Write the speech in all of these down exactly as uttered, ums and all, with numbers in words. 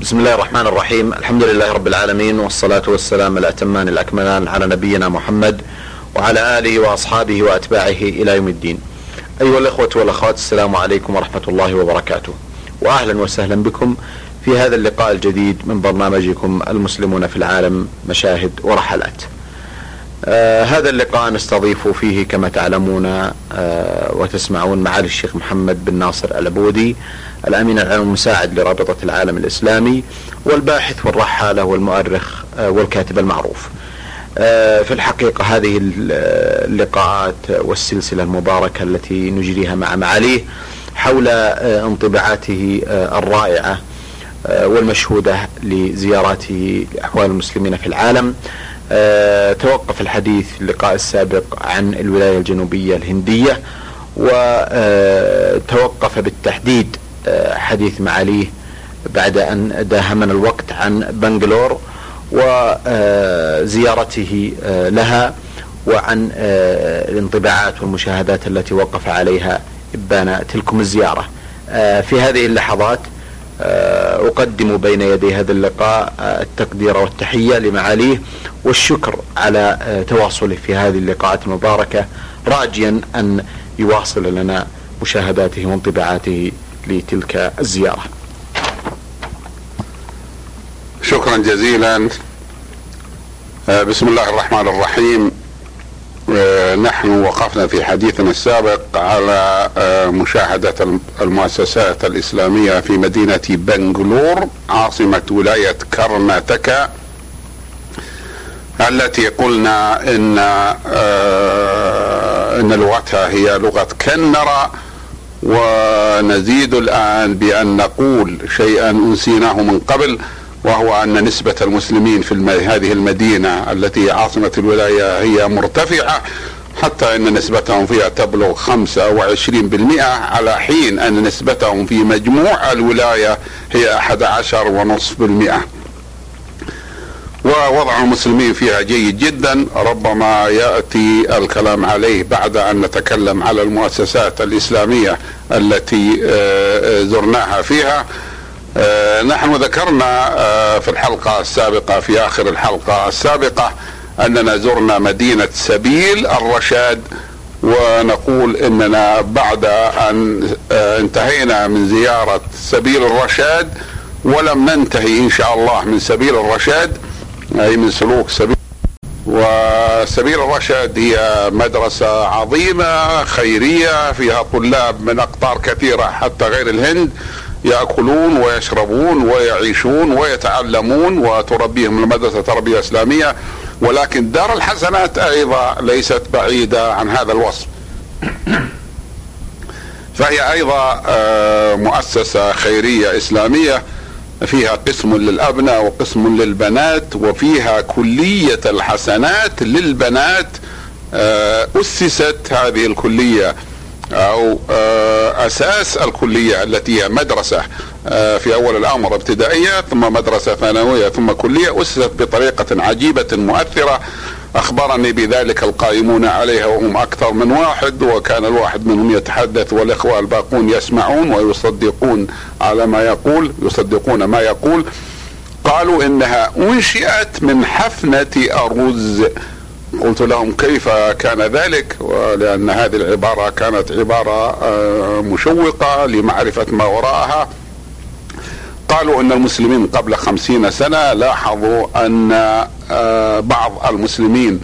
بسم الله الرحمن الرحيم. الحمد لله رب العالمين، والصلاة والسلام الأتمان الأكملان على نبينا محمد وعلى آله وأصحابه وأتباعه إلى يوم الدين. أيها الإخوة والأخوات، السلام عليكم ورحمة الله وبركاته، وأهلا وسهلا بكم في هذا اللقاء الجديد من برنامجكم المسلمون في العالم مشاهد ورحلات. آه هذا اللقاء نستضيف فيه كما تعلمون آه وتسمعون معالي الشيخ محمد بن ناصر العبودي، الأمين العام المساعد لرابطة العالم الإسلامي، والباحث والرحالة والمؤرخ آه والكاتب المعروف. آه في الحقيقة هذه اللقاءات والسلسلة المباركة التي نجريها مع معاليه حول آه انطباعاته آه الرائعة آه والمشهودة لزياراته لأحوال المسلمين في العالم. أه توقف الحديث في اللقاء السابق عن الولاية الجنوبية الهندية، وتوقف بالتحديد أه حديث معاليه بعد أن داهمنا الوقت عن بنغلور وزيارته أه لها، وعن أه الانطباعات والمشاهدات التي وقف عليها إبان تلكم الزيارة. أه في هذه اللحظات أقدم بين يدي هذا اللقاء التقدير والتحية لمعاليه والشكر على تواصله في هذه اللقاءات المباركة، راجيا أن يواصل لنا مشاهداته وانطباعاته لتلك الزيارة. شكرا جزيلا. بسم الله الرحمن الرحيم. نحن وقفنا في حديثنا السابق على مشاهدة المؤسسات الإسلامية في مدينة بنغلور عاصمة ولاية كرناتاكا، التي قلنا إن إن لغتها هي لغة كنرة، ونزيد الآن بأن نقول شيئا أنسيناه من قبل، وهو أن نسبة المسلمين في هذه المدينة التي عاصمة الولاية هي مرتفعة، حتى أن نسبتهم فيها تبلغ خمسة وعشرين بالمئة، على حين أن نسبتهم في مجموع الولاية هي أحد عشر ونصف بالمئة. ووضع المسلمين فيها جيد جدا، ربما يأتي الكلام عليه بعد أن نتكلم على المؤسسات الإسلامية التي زرناها فيها. آه نحن ذكرنا آه في الحلقة السابقة في آخر الحلقة السابقة أننا زرنا مدينة سبيل الرشاد، ونقول إننا بعد أن آه انتهينا من زيارة سبيل الرشاد ولم ننتهي إن شاء الله من سبيل الرشاد، أي من سلوك سبيل. وسبيل الرشاد هي مدرسة عظيمة خيرية فيها طلاب من أقطار كثيرة حتى غير الهند، يأكلون ويشربون ويعيشون ويتعلمون، وتربيهم المدرسة تربية إسلامية. ولكن دار الحسنات أيضا ليست بعيدة عن هذا الوصف، فهي أيضا مؤسسة خيرية إسلامية فيها قسم للأبناء وقسم للبنات، وفيها كلية الحسنات للبنات. أسست هذه الكلية أو أساس الكلية التي هي مدرسة في أول الأمر ابتدائية، ثم مدرسة ثانوية، ثم كلية، أسست بطريقة عجيبة مؤثرة. أخبرني بذلك القائمون عليها وهم أكثر من واحد، وكان الواحد منهم يتحدث والإخوة الباقون يسمعون ويصدقون على ما يقول، يصدقون ما يقول. قالوا إنها أنشئت من حفنة أرز. قلت لهم كيف كان ذلك؟ ولأن هذه العبارة كانت عبارة مشوقة لمعرفة ما وراءها. قالوا أن المسلمين قبل خمسين سنة لاحظوا أن بعض المسلمين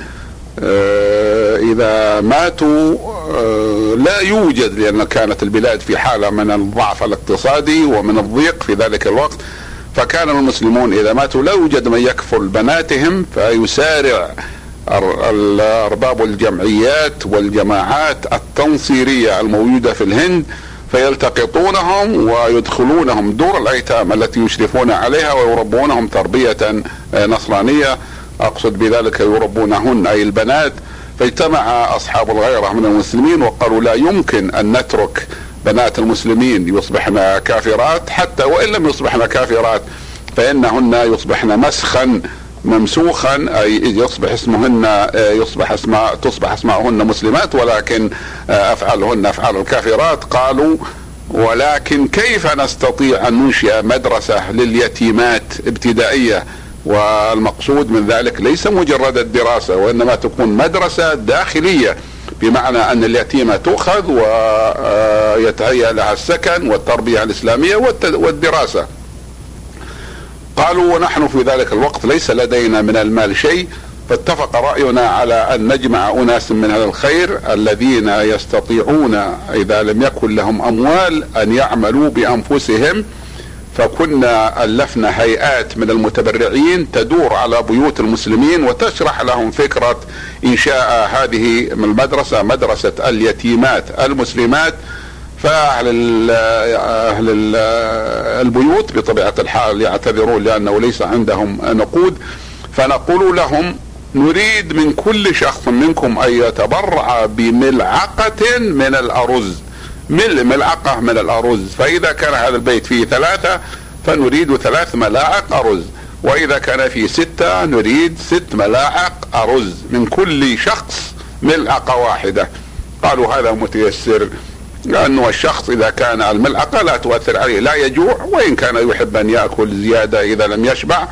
إذا ماتوا لا يوجد، لأن كانت البلاد في حالة من الضعف الاقتصادي ومن الضيق في ذلك الوقت، فكان المسلمون إذا ماتوا لا يوجد من يكفل بناتهم، فيسارع أرباب الجمعيات والجماعات التنصيرية الموجودة في الهند فيلتقطونهم ويدخلونهم دور الأيتام التي يشرفون عليها ويربونهم تربية نصرانية، أقصد بذلك يربونهن أي البنات. فاجتمع أصحاب الغيرة من المسلمين وقالوا لا يمكن أن نترك بنات المسلمين يصبحن كافرات، حتى وإن لم يصبحن كافرات فإنهن يصبحن مسخا ممسوخا، أي يصبح اسمهن يصبح اسماء تصبح اسماءهن مسلمات ولكن أفعالهن أفعال الكافرات. قالوا ولكن كيف نستطيع أن ننشئ مدرسة لليتيمات ابتدائية؟ والمقصود من ذلك ليس مجرد الدراسة، وإنما تكون مدرسة داخلية، بمعنى أن اليتيمة تؤخذ ويتهيأ لها السكن والتربية الإسلامية والدراسة. قالوا ونحن في ذلك الوقت ليس لدينا من المال شيء، فاتفق رأينا على أن نجمع أناس من أهل الخير الذين يستطيعون إذا لم يكن لهم أموال أن يعملوا بأنفسهم، فكنا ألفنا هيئات من المتبرعين تدور على بيوت المسلمين وتشرح لهم فكرة إنشاء هذه المدرسة، مدرسة اليتيمات المسلمات. فأهل أهل البيوت بطبيعة الحال يعتذرون لأنه ليس عندهم نقود، فنقول لهم نريد من كل شخص منكم أن يتبرع بملعقة من الأرز، مل ملعقة من الأرز، فإذا كان هذا البيت فيه ثلاثة فنريد ثلاث ملاعق أرز، وإذا كان فيه ستة نريد ست ملاعق أرز، من كل شخص ملعقة واحدة. قالوا هذا متيسر، لأنه الشخص إذا كان الملعقة لا تؤثر عليه، لا يجوع، وإن كان يحب أن يأكل زيادة إذا لم يشبع،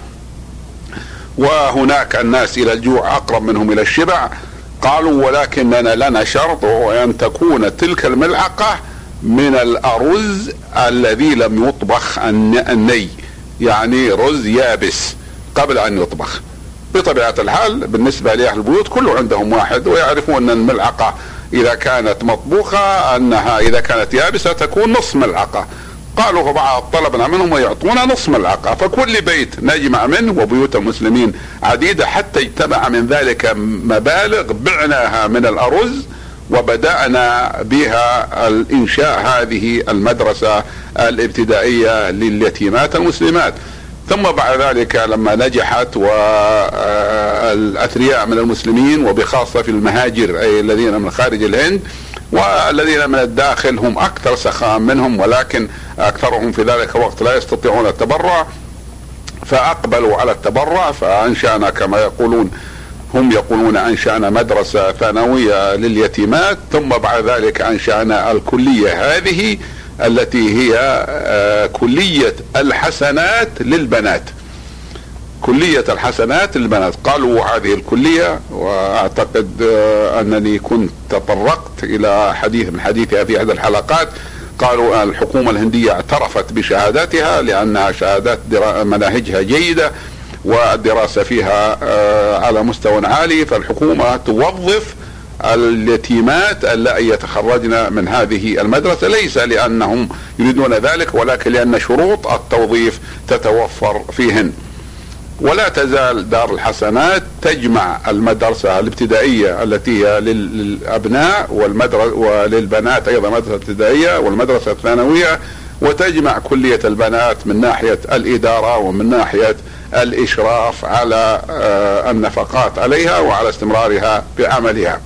وهناك الناس إلى الجوع أقرب منهم إلى الشبع. قالوا ولكننا لنا شرط، وأن تكون تلك الملعقة من الأرز الذي لم يطبخ الني، يعني رز يابس قبل أن يطبخ. بطبيعة الحال بالنسبة لأهل البيوت كله عندهم واحد، ويعرفون أن الملعقة إذا كانت مطبوخة أنها إذا كانت يابسة تكون نصف ملعقة. قالوا فبعض طلبنا منهم ويعطونا نصف ملعقة، فكل بيت نجمع منه، وبيوت المسلمين عديدة حتى اجتمع من ذلك مبالغ بعناها من الأرز، وبدأنا بها الإنشاء هذه المدرسة الابتدائية لليتيمات المسلمات. ثم بعد ذلك لما نجحت والأثرياء من المسلمين وبخاصة في المهاجر أي الذين من خارج الهند والذين من الداخل هم أكثر سخاء منهم، ولكن أكثرهم في ذلك الوقت لا يستطيعون التبرع، فأقبلوا على التبرع، فأنشأنا كما يقولون هم يقولون أنشأنا مدرسة ثانوية لليتيمات. ثم بعد ذلك أنشأنا الكلية هذه التي هي كلية الحسنات للبنات، كلية الحسنات للبنات. قالوا هذه الكلية، وأعتقد أنني كنت تطرقت إلى حديث من حديثها في هذه الحلقات، قالوا الحكومة الهندية اعترفت بشهاداتها لأنها شهادات مناهجها جيدة والدراسة فيها على مستوى عالي، فالحكومة توظف اليتيمات اللائي يتخرجن من هذه المدرسة، ليس لأنهم يريدون ذلك ولكن لأن شروط التوظيف تتوفر فيهن. ولا تزال دار الحسنات تجمع المدرسة الابتدائية التي هي للأبناء والمدرسة وللبنات أيضا مدرسة ابتدائية والمدرسة الثانوية، وتجمع كلية البنات من ناحية الإدارة ومن ناحية الإشراف على النفقات عليها وعلى استمرارها بعملها.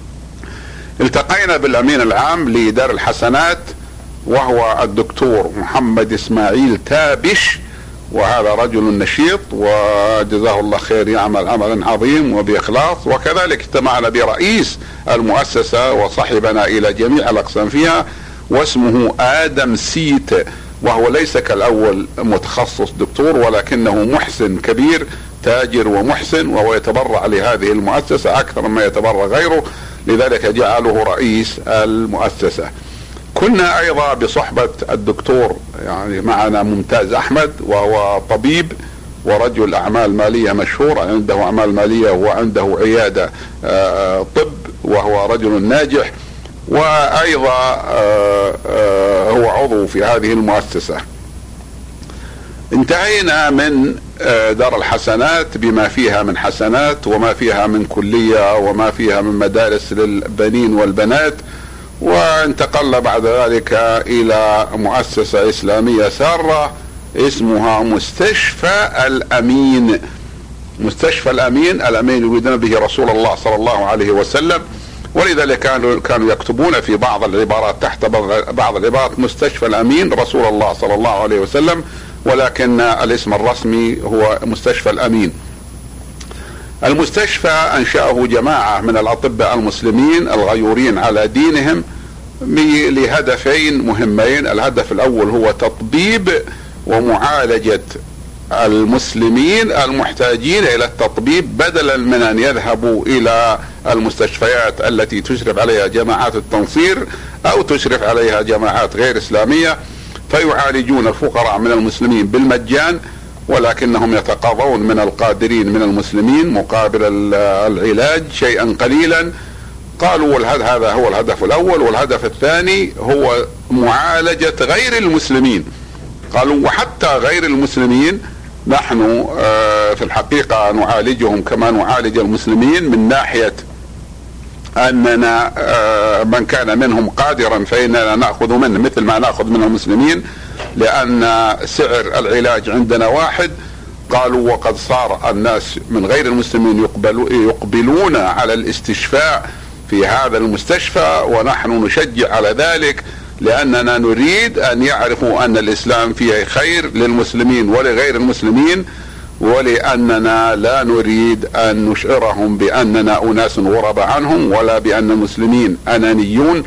التقينا بالأمين العام لدار الحسنات وهو الدكتور محمد إسماعيل تابش، وهذا رجل نشيط وجزاه الله خير، يعمل عملا عظيم وبإخلاص. وكذلك اجتمعنا برئيس المؤسسة وصحبنا إلى جميع الأقسام فيها، واسمه آدم سيت، وهو ليس كالأول متخصص دكتور ولكنه محسن كبير، تاجر ومحسن، وهو يتبرع لهذه المؤسسة أكثر مما يتبرع غيره، لذلك جعله رئيس المؤسسة. كنا أيضا بصحبة الدكتور يعني معنا ممتاز أحمد، وهو طبيب ورجل أعمال مالية مشهور، عنده أعمال مالية وعنده عيادة طب، وهو رجل ناجح، وأيضا هو عضو في هذه المؤسسة. انتهينا من دار الحسنات بما فيها من حسنات وما فيها من كلية وما فيها من مدارس للبنين والبنات، وانتقلنا بعد ذلك إلى مؤسسة إسلامية سارة اسمها مستشفى الأمين. مستشفى الأمين، الأمين يريدون به رسول الله صلى الله عليه وسلم، ولذلك كانوا كانوا يكتبون في بعض العبارات تحت بعض العبارات مستشفى الأمين رسول الله صلى الله عليه وسلم، ولكن الاسم الرسمي هو مستشفى الأمين. المستشفى أنشأه جماعة من الأطباء المسلمين الغيورين على دينهم، لهدفين مهمين. الهدف الأول هو تطبيب ومعالجة المسلمين المحتاجين إلى التطبيب، بدلا من أن يذهبوا إلى المستشفيات التي تشرف عليها جماعات التنصير أو تشرف عليها جماعات غير إسلامية فيعالجون الفقراء من المسلمين بالمجان، ولكنهم يتقاضون من القادرين من المسلمين مقابل العلاج شيئا قليلا. قالوا هذا هو الهدف الأول. والهدف الثاني هو معالجة غير المسلمين. قالوا وحتى غير المسلمين نحن في الحقيقة نعالجهم كما نعالج المسلمين، من ناحية أننا من كان منهم قادرا فإننا نأخذ منه مثل ما نأخذ من المسلمين، لأن سعر العلاج عندنا واحد. قالوا وقد صار الناس من غير المسلمين يقبلون على الاستشفاء في هذا المستشفى، ونحن نشجع على ذلك، لأننا نريد أن يعرفوا أن الإسلام فيه خير للمسلمين ولغير المسلمين، ولأننا لا نريد أن نشعرهم بأننا أناس غرباء عنهم ولا بأن المسلمين أنانيون.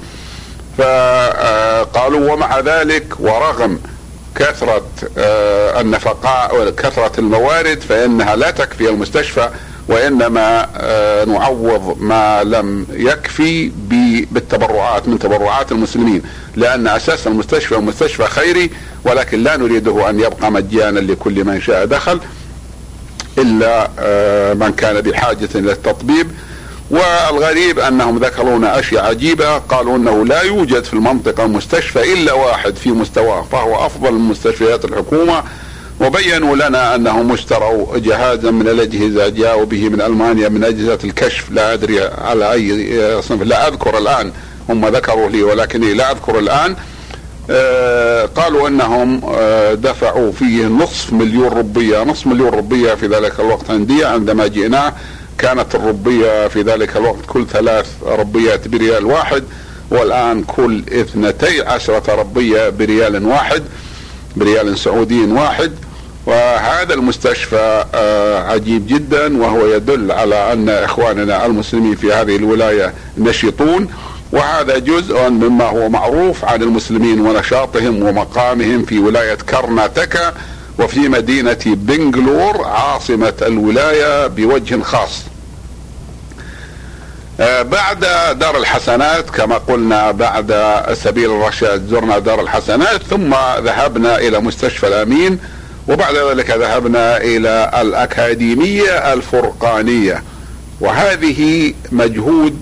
فقالوا ومع ذلك ورغم كثرة النفقات وكثرة الموارد فإنها لا تكفي المستشفى، وإنما نعوض ما لم يكفي بالتبرعات من تبرعات المسلمين، لأن أساس المستشفى مستشفى خيري، ولكن لا نريده أن يبقى مجانا لكل من شاء دخل إلا من كان بحاجة إلى التطبيب. والغريب أنهم ذكرون أشياء عجيبة. قالوا أنه لا يوجد في المنطقة مستشفى إلا واحد في مستواه فهو أفضل من مستشفيات الحكومة، وبينوا لنا أنهم اشتروا جهازا من الأجهزة جاءوا به من ألمانيا من أجهزة الكشف، لا أدري على أي صنف، لا أذكر الآن، هم ذكروا لي ولكني لا أذكر الآن. آه قالوا أنهم آه دفعوا فيه نصف مليون ربية. نصف مليون ربية في ذلك الوقت عندي عندما جئنا كانت الربية في ذلك الوقت كل ثلاث ربيات بريال واحد، والآن كل اثنتي عشرة ربية بريال واحد، بريال سعودي واحد. وهذا المستشفى عجيب جدا، وهو يدل على أن إخواننا المسلمين في هذه الولاية نشيطون، وهذا جزء مما هو معروف عن المسلمين ونشاطهم ومقامهم في ولاية كرناتاكا وفي مدينة بنغلور عاصمة الولاية بوجه خاص. بعد دار الحسنات كما قلنا، بعد سبيل الرشاد زرنا دار الحسنات، ثم ذهبنا إلى مستشفى الأمين، وبعد ذلك ذهبنا إلى الأكاديمية الفرقانية. وهذه مجهود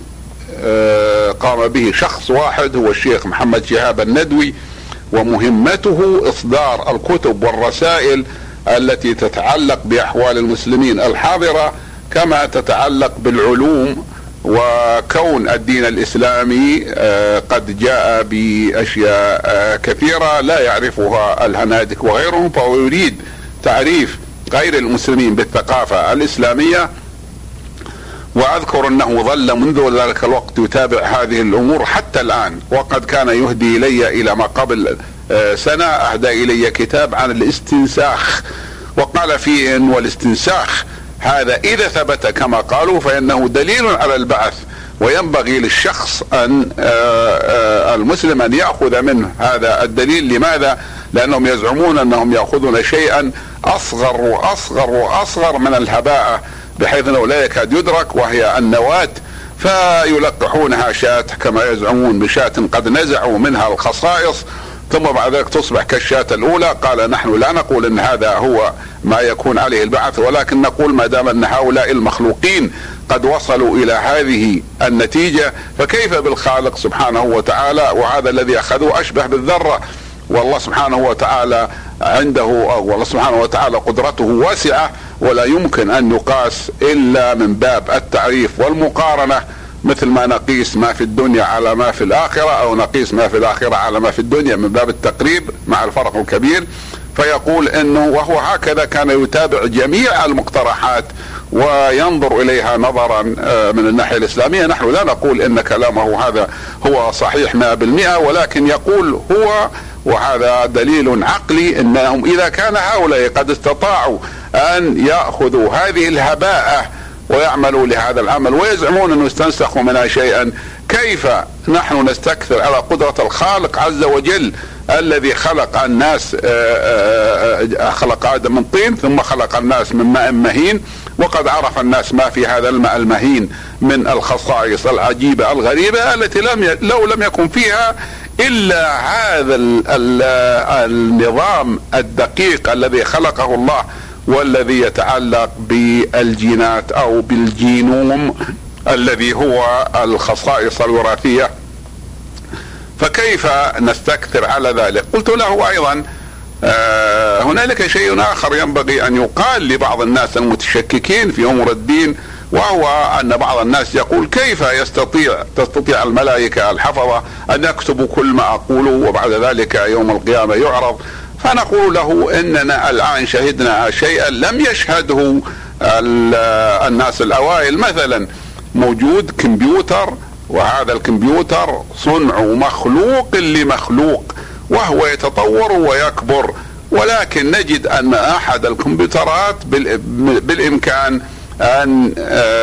قام به شخص واحد هو الشيخ محمد شهاب الندوي، ومهمته إصدار الكتب والرسائل التي تتعلق بأحوال المسلمين الحاضرة كما تتعلق بالعلوم، وكون الدين الإسلامي قد جاء بأشياء كثيرة لا يعرفها الهنادك وغيرهم، فهو يريد تعريف غير المسلمين بالثقافة الإسلامية. وأذكر أنه ظل منذ ذلك الوقت يتابع هذه الأمور حتى الآن، وقد كان يهدي إلي إلى ما قبل سنة أهدى إلي كتاب عن الاستنساخ، وقال فيه إن والاستنساخ هذا إذا ثبت كما قالوا فإنه دليل على البعث، وينبغي للشخص أن المسلم أن يأخذ منه هذا الدليل. لماذا؟ لأنهم يزعمون أنهم يأخذون شيئا أصغر وأصغر وأصغر من الهباء بحيث أنه لا يكاد يدرك، وهي النواة، فيلقحونها شاة كما يزعمون بشاة قد نزعوا منها الخصائص ثم بعد ذلك تصبح كالشاة الأولى. قال نحن لا نقول أن هذا هو ما يكون عليه البعث، ولكن نقول ما دام أن هؤلاء المخلوقين قد وصلوا إلى هذه النتيجة فكيف بالخالق سبحانه وتعالى؟ وهذا الذي أخذوه أشبه بالذرة، والله سبحانه وتعالى عنده والله سبحانه وتعالى قدرته واسعة ولا يمكن أن يقاس إلا من باب التعريف والمقارنة، مثل ما نقيس ما في الدنيا على ما في الآخرة، أو نقيس ما في الآخرة على ما في الدنيا من باب التقريب مع الفرق الكبير. فيقول انه وهو هكذا كان يتابع جميع المقترحات وينظر اليها نظرا من الناحية الاسلامية. نحن لا نقول ان كلامه هذا هو صحيح مئة بالمئة، ولكن يقول هو، وهذا دليل عقلي، انهم اذا كان هؤلاء قد استطاعوا ان يأخذوا هذه الهباء ويعملوا لهذا العمل ويزعمون أنه يستنسخوا منها شيئا. كيف نحن نستكثر على قدرة الخالق عز وجل الذي خلق الناس، خلق آدم من طين ثم خلق الناس من ماء مهين، وقد عرف الناس ما في هذا الماء المهين من الخصائص العجيبة الغريبة التي لم لو لم يكن فيها إلا هذا النظام الدقيق الذي خلقه الله والذي يتعلق بالجينات أو بالجينوم الذي هو الخصائص الوراثية. فكيف نستكثر على ذلك؟ قلت له أيضا آه هنالك شيء آخر ينبغي أن يقال لبعض الناس المتشككين في أمور الدين، وهو أن بعض الناس يقول كيف يستطيع تستطيع الملائكة الحفظة أن يكتبوا كل ما أقوله وبعد ذلك يوم القيامة يعرض؟ فنقول له إننا الآن شهدنا شيئا لم يشهده الناس الأوائل. مثلا موجود كمبيوتر، وهذا الكمبيوتر صنع مخلوق لمخلوق وهو يتطور ويكبر، ولكن نجد أن أحد الكمبيوترات بالإمكان أن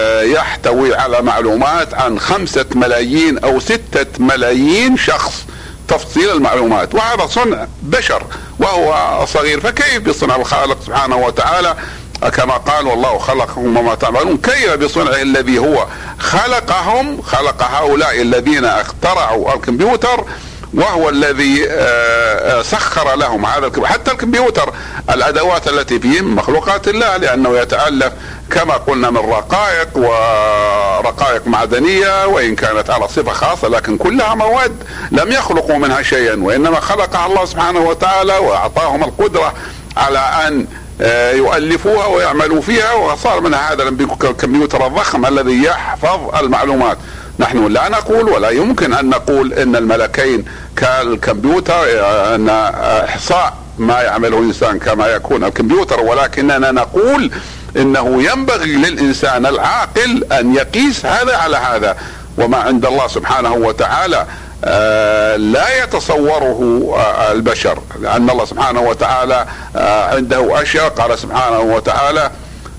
يحتوي على معلومات عن خمسة ملايين أو ستة ملايين شخص تفصيل المعلومات، وهذا صنع بشر وهو صغير. فكيف بصنع الخالق سبحانه وتعالى كما قال والله خلقهم وما تعملون؟ كيف بصنعه الذي هو خلقهم، خلق هؤلاء الذين اخترعوا الكمبيوتر وهو الذي سخر لهم هذا الكمبيوتر. حتى الكمبيوتر الأدوات التي فيه من مخلوقات الله، لأنه يتألف كما قلنا من رقائق ورقائق معدنية، وإن كانت على صفة خاصة لكن كلها مواد لم يخلقوا منها شيئا، وإنما خلقها الله سبحانه وتعالى وأعطاهم القدرة على أن يؤلفوها ويعملوا فيها، وصار منها هذا الكمبيوتر الضخم الذي يحفظ المعلومات. نحن لا نقول ولا يمكن أن نقول إن الملكين كالكمبيوتر، أن إحصاء ما يعمله الإنسان كما يكون الكمبيوتر، ولكننا نقول إنه ينبغي للإنسان العاقل أن يقيس هذا على هذا، وما عند الله سبحانه وتعالى آه لا يتصوره آه البشر، لأن الله سبحانه وتعالى آه عنده أشياء. قال سبحانه وتعالى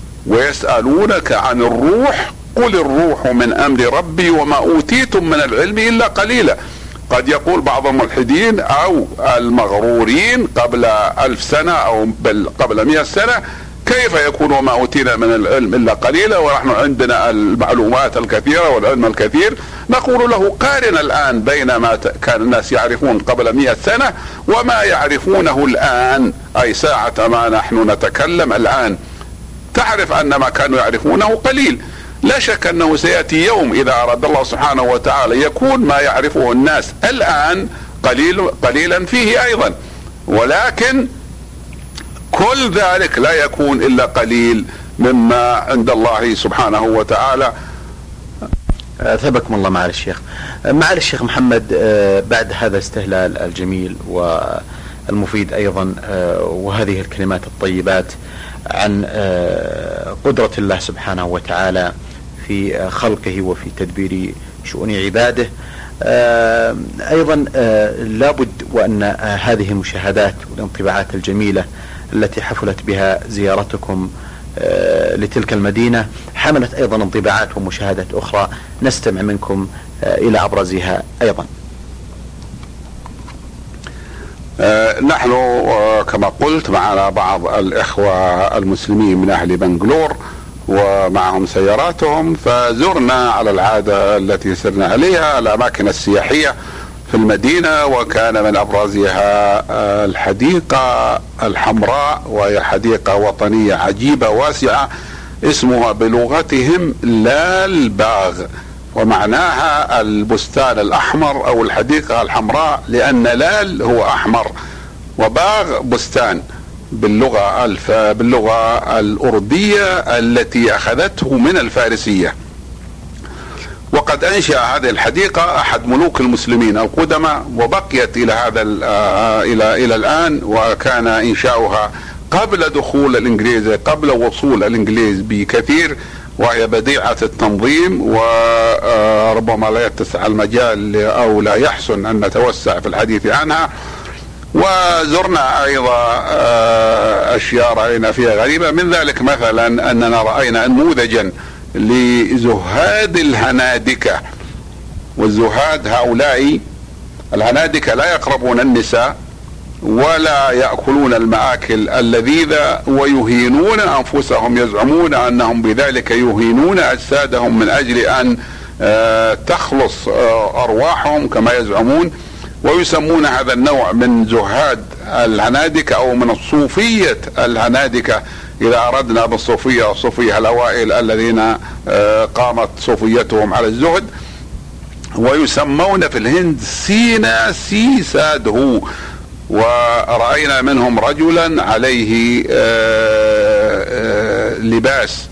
ويسألونك عن الروح قل الروح من أمر ربي وما أوتيتم من العلم إلا قليلا. قد يقول بعض الملحدين أو المغرورين قبل ألف سنة أو بل قبل مئة سنة كيف يكون وما أوتينا من العلم إلا قليلا ونحن عندنا المعلومات الكثيرة والعلم الكثير؟ نقول له قارن الآن بين ما كان الناس يعرفون قبل مئة سنة وما يعرفونه الآن، أي ساعة ما نحن نتكلم الآن تعرف أن ما كانوا يعرفونه قليل. لا شك أنه سيأتي يوم إذا أراد الله سبحانه وتعالى يكون ما يعرفه الناس الآن قليل قليلا فيه أيضا، ولكن كل ذلك لا يكون إلا قليل مما عند الله سبحانه وتعالى. أثابكم الله معالي الشيخ. معالي الشيخ محمد، بعد هذا الاستهلال الجميل والمفيد أيضا وهذه الكلمات الطيبات عن قدرة الله سبحانه وتعالى في خلقه وفي تدبير شؤون عباده، أيضا لابد وأن هذه المشاهدات والانطباعات الجميلة التي حفلت بها زيارتكم لتلك المدينة حملت أيضا انطباعات ومشاهدات أخرى نستمع منكم إلى أبرزها أيضا. نحن كما قلت معنا بعض الإخوة المسلمين من أهل بنغلور ومعهم سياراتهم، فزرنا على العادة التي سرنا عليها الأماكن السياحية في المدينة، وكان من أبرزها الحديقة الحمراء، وهي حديقة وطنية عجيبة واسعة اسمها بلغتهم لال باغ، ومعناها البستان الأحمر أو الحديقة الحمراء، لأن لال هو أحمر وباغ بستان باللغة الف باللغة الأردية التي أخذته من الفارسية. وقد أنشأ هذه الحديقة أحد ملوك المسلمين القدماء، وبقيت إلى هذا إلى إلى الآن، وكان إنشاؤها قبل دخول الإنجليز قبل وصول الإنجليز بكثير، وهي بديعة التنظيم، وربما لا يتسع المجال أو لا يحسن أن نتوسع في الحديث عنها. وزرنا أيضا أشياء رأينا فيها غريبة، من ذلك مثلا أننا رأينا نموذجا لزهاد الهنادكة. والزهاد هؤلاء الهنادكة لا يقربون النساء ولا يأكلون المآكل اللذيذة ويهينون أنفسهم، يزعمون أنهم بذلك يهينون أجسادهم من أجل أن تخلص أرواحهم كما يزعمون، ويسمون هذا النوع من زهاد الهنادكة أو من الصوفية الهنادكة، إذا أردنا بالصوفية الصوفية الأوائل الذين قامت صوفيتهم على الزهد. ويسمون في الهند سينا سي سادهو، ورأينا منهم رجلا عليه لباس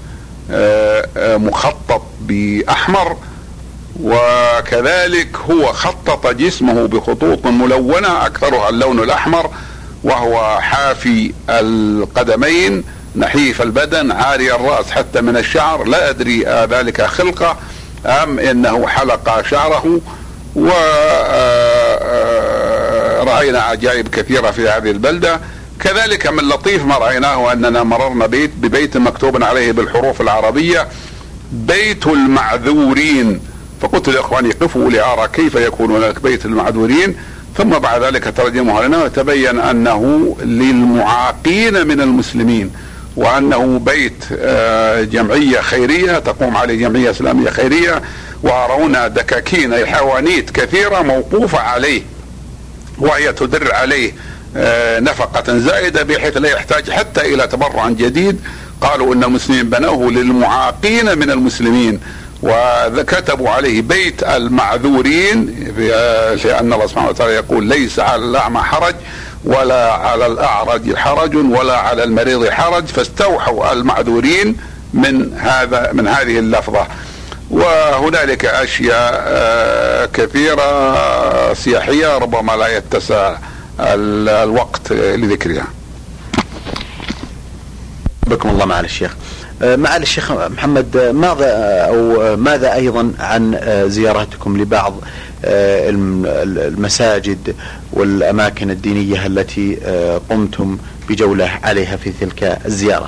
مخطط بأحمر، وكذلك هو خطط جسمه بخطوط ملونة أكثرها اللون الأحمر، وهو حافي القدمين نحيف البدن عاري الرأس حتى من الشعر، لا أدري ذلك خلقة أم إنه حلق شعره. ورأينا عجائب كثيرة في هذه البلدة. كذلك من لطيف ما رأيناه أننا مررنا بيت ببيت مكتوب عليه بالحروف العربية بيت المعذورين، فقلت لإخواني قفوا لأرى كيف يكون لك بيت المعذورين، ثم بعد ذلك ترجمه لنا وتبين أنه للمعاقين من المسلمين، وأنه بيت جمعية خيرية تقوم عليه جمعية إسلامية خيرية، وأرونا دكاكين أي حوانيت كثيرة موقوفة عليه، وهي تدر عليه نفقة زائدة بحيث لا يحتاج حتى إلى تبرع جديد. قالوا إن المسلمين بنوه للمعاقين من المسلمين، وكتبوا عليه بيت المعذورين، لأن الله سبحانه وتعالى يقول ليس على الأعمى حرج ولا على الأعرج حرج ولا على المريض حرج، فاستوحوا المعذورين من هذا من هذه اللفظة. وهنالك أشياء كثيرة سياحية ربما لا يتسع الوقت لذكرها. بكم الله معالي الشيخ. معالي الشيخ محمد، ماذا أو ماذا أيضا عن زياراتكم لبعض المساجد والأماكن الدينية التي قمتم بجولة عليها في تلك الزيارة؟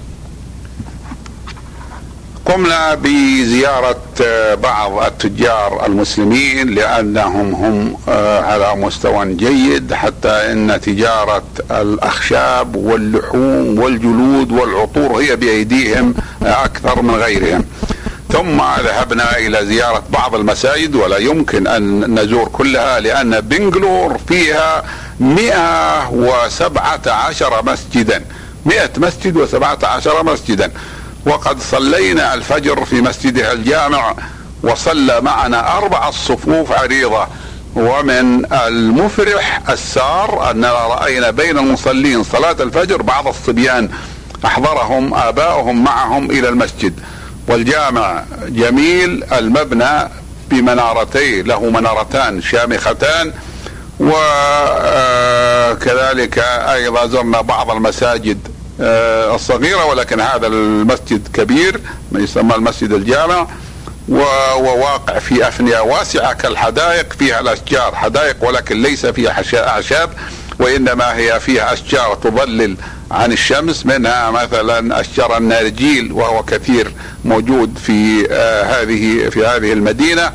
قمنا بزيارة بعض التجار المسلمين لأنهم هم على مستوى جيد، حتى إن تجارة الأخشاب واللحوم والجلود والعطور هي بأيديهم أكثر من غيرهم. ثم ذهبنا إلى زيارة بعض المساجد، ولا يمكن أن نزور كلها لأن بنغلور فيها مئة وسبعة عشر مسجدا، مئة مسجد وسبعة عشر مسجدا. وقد صلينا الفجر في مسجدها الجامع، وصلى معنا أربع صفوف عريضة. ومن المفرح السار أننا رأينا بين المصلين صلاة الفجر بعض الصبيان أحضرهم آباؤهم معهم إلى المسجد. والجامع جميل المبنى بمنارتين، له منارتان شامختان. وكذلك أيضا زرنا بعض المساجد الصغيرة، ولكن هذا المسجد كبير يسمى المسجد الجامع، وواقع في أفنية واسعة كالحدائق، فيها الأشجار حدائق ولكن ليس فيها أعشاب، وإنما هي فيها أشجار تظلل عن الشمس، منها مثلا أشجار النارجيل وهو كثير موجود في آه هذه في هذه المدينة.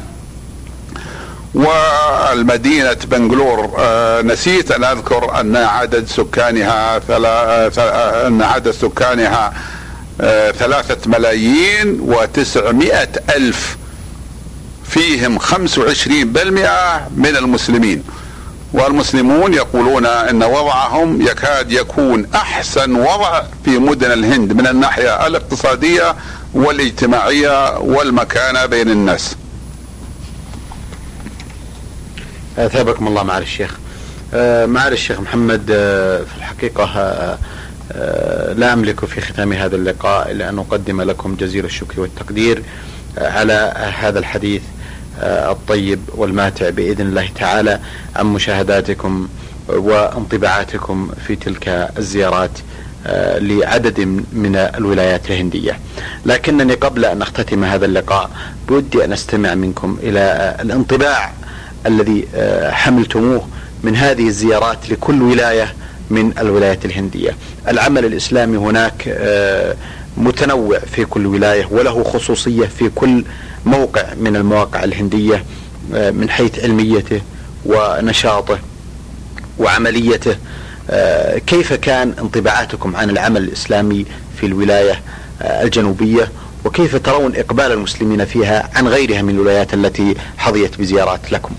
والمدينة بنغلور آه نسيت أن أذكر أن عدد سكانها ثلا... أن عدد سكانها آه ثلاثة ملايين وتسعمائة ألف، فيهم خمسة وعشرين بالمئة من المسلمين. والمسلمون يقولون أن وضعهم يكاد يكون أحسن وضع في مدن الهند من الناحية الاقتصادية والاجتماعية والمكانة بين الناس. أثابكم الله معالي الشيخ. معالي الشيخ محمد، في الحقيقة لا أملك في ختام هذا اللقاء إلا أن أقدم لكم جزيل الشكر والتقدير على هذا الحديث الطيب والماتع بإذن الله تعالى عن مشاهداتكم وانطباعاتكم في تلك الزيارات لعدد من الولايات الهندية. لكنني قبل أن أختتم هذا اللقاء بودي أن أستمع منكم إلى الانطباع الذي حملتموه من هذه الزيارات لكل ولاية من الولايات الهندية. العمل الإسلامي هناك متنوع في كل ولاية وله خصوصية في كل موقع من المواقع الهندية من حيث علميته ونشاطه وعمليته. كيف كان انطباعاتكم عن العمل الإسلامي في الولاية الجنوبية، وكيف ترون إقبال المسلمين فيها عن غيرها من الولايات التي حظيت بزيارات لكم؟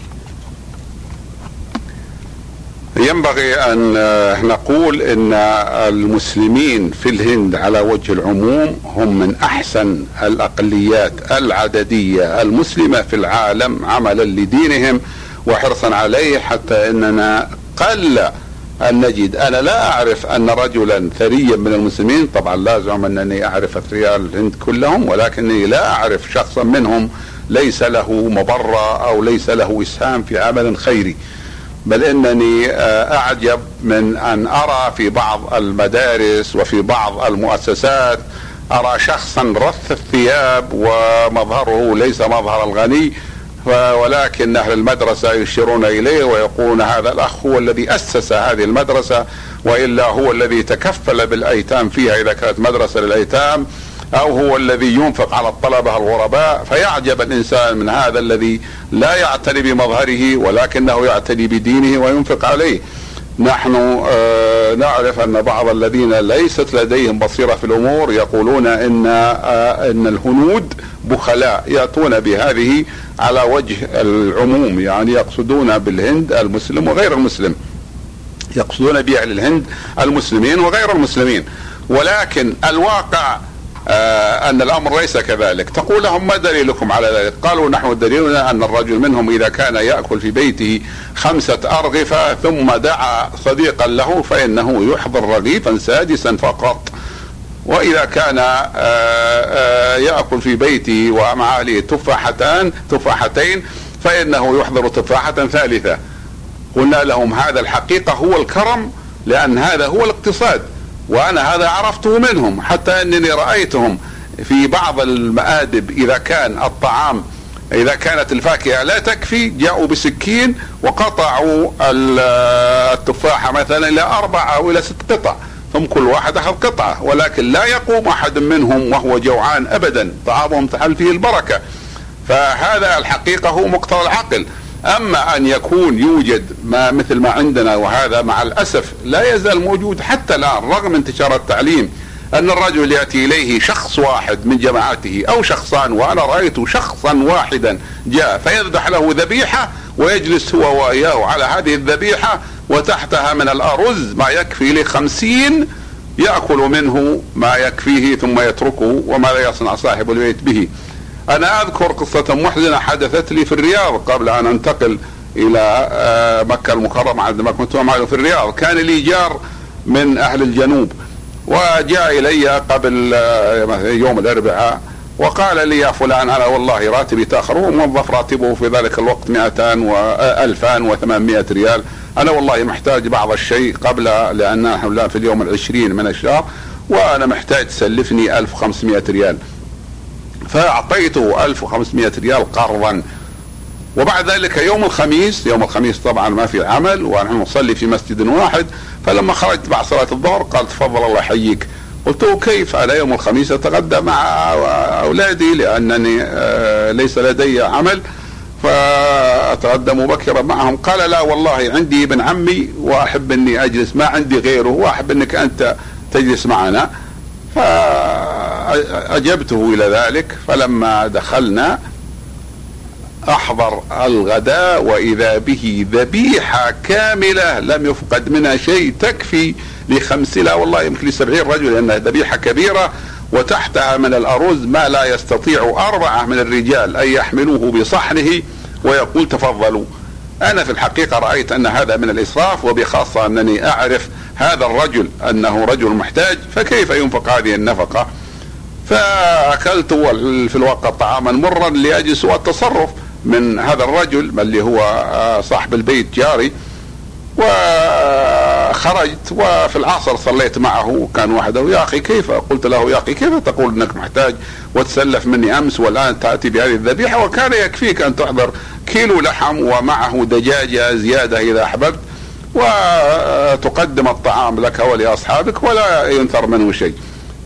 ينبغي أن نقول أن المسلمين في الهند على وجه العموم هم من أحسن الأقليات العددية المسلمة في العالم عملا لدينهم وحرصا عليه، حتى أننا قل أن نجد، أنا لا أعرف أن رجلا ثريا من المسلمين، طبعا لا أزعم أنني أعرف أثرياء الهند كلهم، ولكني لا أعرف شخصا منهم ليس له مبرة أو ليس له إسهام في عمل خيري، بل إنني أعجب من أن أرى في بعض المدارس وفي بعض المؤسسات أرى شخصا رث الثياب ومظهره ليس مظهر الغني، ولكن أهل المدرسة يشيرون إليه ويقولون هذا الأخ هو الذي أسس هذه المدرسة، وإلا هو الذي تكفل بالأيتام فيها إذا كانت مدرسة للأيتام، أو هو الذي ينفق على الطلبة الغرباء. فيعجب الإنسان من هذا الذي لا يعتني بمظهره ولكنه يعتني بدينه وينفق عليه. نحن آه نعرف أن بعض الذين ليست لديهم بصيرة في الأمور يقولون إن آه إن الهنود بخلاء، يأتون بهذه على وجه العموم، يعني يقصدون بالهند المسلم وغير المسلم، يقصدون بأهل الهند المسلمين وغير المسلمين، ولكن الواقع آه أن الأمر ليس كذلك. تقول لهم ما دليلكم على ذلك؟ قالوا نحن دليلنا أن الرجل منهم إذا كان يأكل في بيته خمسة أرغفة ثم دعا صديقا له فإنه يحضر رغيفا سادسا فقط، وإذا كان آآ آآ يأكل في بيته ومع أهله تفاحتان تفاحتين فإنه يحضر تفاحة ثالثة. قلنا لهم هذا الحقيقة هو الكرم، لأن هذا هو الاقتصاد، وأنا هذا عرفته منهم، حتى أنني رأيتهم في بعض المآدب إذا كان الطعام إذا كانت الفاكهة لا تكفي جاءوا بسكين وقطعوا التفاحة مثلا إلى أربع أو إلى ست قطع، ثم كل واحد أخذ قطعة، ولكن لا يقوم أحد منهم وهو جوعان أبدا، طعامهم تحل فيه البركة. فهذا الحقيقة هو مقتضى العقل. أما أن يكون يوجد ما مثل ما عندنا، وهذا مع الأسف لا يزال موجود حتى الآن رغم انتشار التعليم، أن الرجل يأتي إليه شخص واحد من جماعته أو شخصان، وأنا رأيت شخصا واحدا جاء فيذبح له ذبيحة ويجلس هو وإياه على هذه الذبيحة وتحتها من الأرز ما يكفي لخمسين، يأكل منه ما يكفيه ثم يتركه، وماذا يصنع صاحب البيت به؟ أنا أذكر قصة محزنة حدثت لي في الرياض قبل أن أنتقل إلى مكة المكرمة عندما كنت معه في الرياض. كان لي جار من أهل الجنوب وجاء إلي قبل يوم الأربعاء وقال لي يا فلان أنا والله راتبي تأخر، هو موظف راتبه في ذلك الوقت مئتان وألفان وثمانمائة ريال، أنا والله محتاج بعض الشيء قبل، لأن نحن في اليوم العشرين من الشهر وأنا محتاج تسلفني ألف وخمسمائة ريال. فأعطيته ألف وخمسمائة ريال قرضا. وبعد ذلك يوم الخميس، يوم الخميس طبعا ما في عمل ونحن نصلي في مسجد واحد، فلما خرجت بعد صلاة الظهر قال تفضل الله يحييك. قلت له كيف؟ أنا يوم الخميس أتغدى مع أولادي لأنني ليس لدي عمل فأتغدى مبكرا معهم. قال لا والله عندي ابن عمي وأحب أني أجلس، ما عندي غيره وأحب أنك أنت تجلس معنا. فأجبته إلى ذلك. فلما دخلنا أحضر الغداء وإذا به ذبيحة كاملة لم يفقد منها شيء تكفي لخمس لا والله يمكن لسبعين رجل، لأنها ذبيحة كبيرة وتحتها من الأرز ما لا يستطيع أربعة من الرجال أن يحملوه بصحنه ويقول تفضلوا. أنا في الحقيقة رأيت أن هذا من الإسراف، وبخاصة أنني أعرف هذا الرجل أنه رجل محتاج، فكيف ينفق هذه النفقة؟ فأكلت في الواقع طعاما مرا لأجل سوء التصرف من هذا الرجل اللي هو صاحب البيت جاري. وخرجت وفي العصر صليت معه كان وحده. يا أخي كيف؟ قلت له يا أخي كيف تقول أنك محتاج وتسلف مني أمس والآن تأتي بهذه الذبيحة، وكان يكفيك أن تحضر كيلو لحم ومعه دجاجة زيادة إذا أحببت وتقدم الطعام لك ولأصحابك ولا ينثر منه شيء.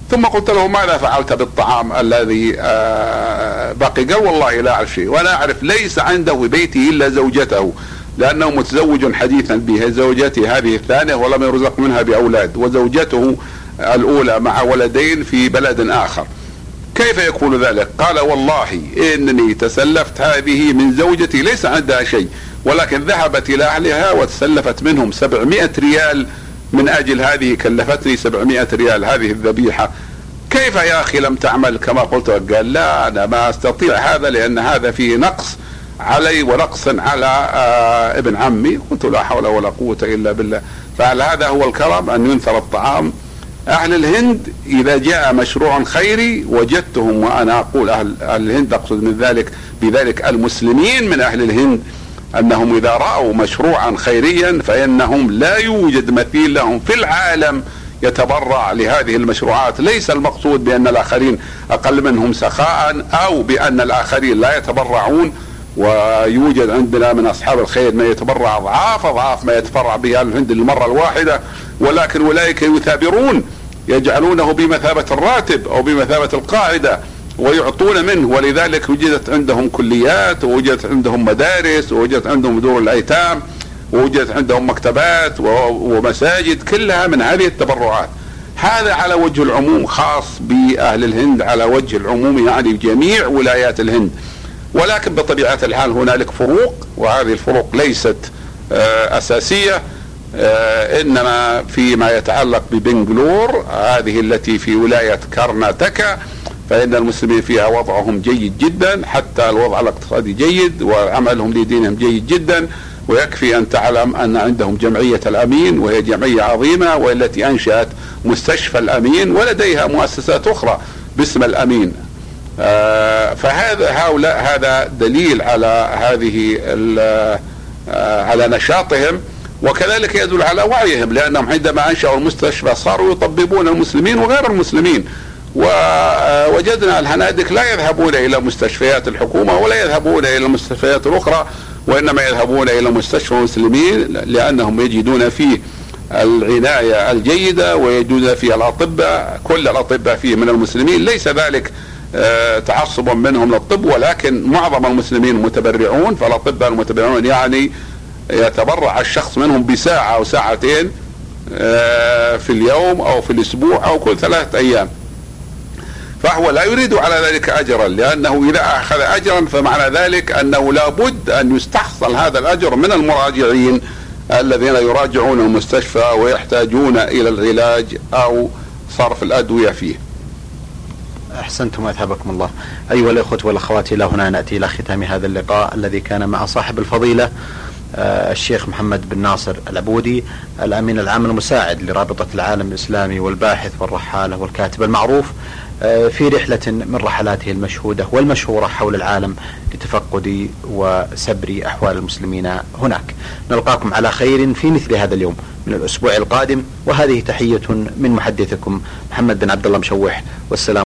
ثم قلت له ماذا فعلت بالطعام الذي بقي؟ قال والله لا أعرف شيء، ولا أعرف ليس عنده في بيته إلا زوجته، لأنه متزوج حديثا به، زوجته هذه الثانية ولم يرزق منها بأولاد، وزوجته الأولى مع ولدين في بلد آخر. كيف يكون ذلك؟ قال والله إنني تسلفت هذه من زوجتي، ليس عندها شيء، ولكن ذهبت إلى أهلها وتسلفت منهم سبعمائة ريال من أجل هذه، كلفتني سبعمائة ريال هذه الذبيحة. كيف يا أخي لم تعمل كما قلت؟ قال لا أنا ما أستطيع هذا، لأن هذا فيه نقص علي ونقص على آه ابن عمي. قلت لا حول ولا قوة إلا بالله. فهل هذا هو الكرم أن ينثر الطعام؟ أهل الهند إذا جاء مشروع خيري وجدتهم، وأنا أقول أهل, أهل الهند أقصد من ذلك بذلك المسلمين من أهل الهند، أنهم إذا رأوا مشروعا خيريا فإنهم لا يوجد مثيل لهم في العالم يتبرع لهذه المشروعات. ليس المقصود بأن الآخرين أقل منهم سخاء أو بأن الآخرين لا يتبرعون، ويوجد عندنا من أصحاب الخير ما يتبرع أضعاف أضعاف ما يتبرع به أهل الهند للمرة الواحدة، ولكن أولئك يثابرون، يجعلونه بمثابة الراتب أو بمثابة القاعدة ويعطون منه. ولذلك وجدت عندهم كليات، ووجدت عندهم مدارس، ووجدت عندهم دور الأيتام، ووجدت عندهم مكتبات ومساجد، كلها من هذه التبرعات. هذا على وجه العموم خاص بأهل الهند، على وجه العموم يعني جميع ولايات الهند. ولكن بطبيعة الحال هنالك فروق، وهذه الفروق ليست أساسية، إنما فيما يتعلق ببنغلور هذه التي في ولاية كارناتاكا، فإن المسلمين فيها وضعهم جيد جدا، حتى الوضع الاقتصادي جيد، وعملهم لدينهم جيد جدا. ويكفي أن تعلم أن عندهم جمعية الأمين، وهي جمعية عظيمة، والتي أنشأت مستشفى الأمين، ولديها مؤسسات أخرى باسم الأمين. آه فهذا هؤلاء هذا دليل على هذه آه على نشاطهم، وكذلك يدل على وعيهم، لأنهم عندما أنشأوا المستشفى صاروا يطببون المسلمين وغير المسلمين. ووجدنا الهنادك لا يذهبون إلى مستشفيات الحكومة ولا يذهبون إلى المستشفيات الأخرى، وإنما يذهبون إلى مستشفى المسلمين، لأنهم يجدون فيه العناية الجيدة ويجدون فيه الأطباء، كل الأطباء فيه من المسلمين. ليس ذلك تعصبا منهم للطب، ولكن معظم المسلمين متبرعون. فالأطباء المتبرعون يعني يتبرع الشخص منهم بساعة أو ساعتين في اليوم أو في الأسبوع أو كل ثلاثة أيام، فهو لا يريد على ذلك أجرا، لأنه إذا أخذ أجرا فمعنى ذلك أنه لابد أن يستحصل هذا الأجر من المراجعين الذين يراجعون المستشفى ويحتاجون إلى العلاج أو صرف الأدوية فيه. أحسنتم أثابكم الله. أيها الأخوة والأخوات، إلى هنا نأتي إلى ختام هذا اللقاء الذي كان مع صاحب الفضيلة الشيخ محمد بن ناصر العبودي، الأمين العام المساعد لرابطة العالم الإسلامي والباحث والرحالة والكاتب المعروف، في رحلة من رحلاته المشهودة والمشهورة حول العالم لتفقد وسبر أحوال المسلمين هناك. نلقاكم على خير في مثل هذا اليوم من الأسبوع القادم، وهذه تحية من محدثكم محمد بن عبد الله مشوح، والسلام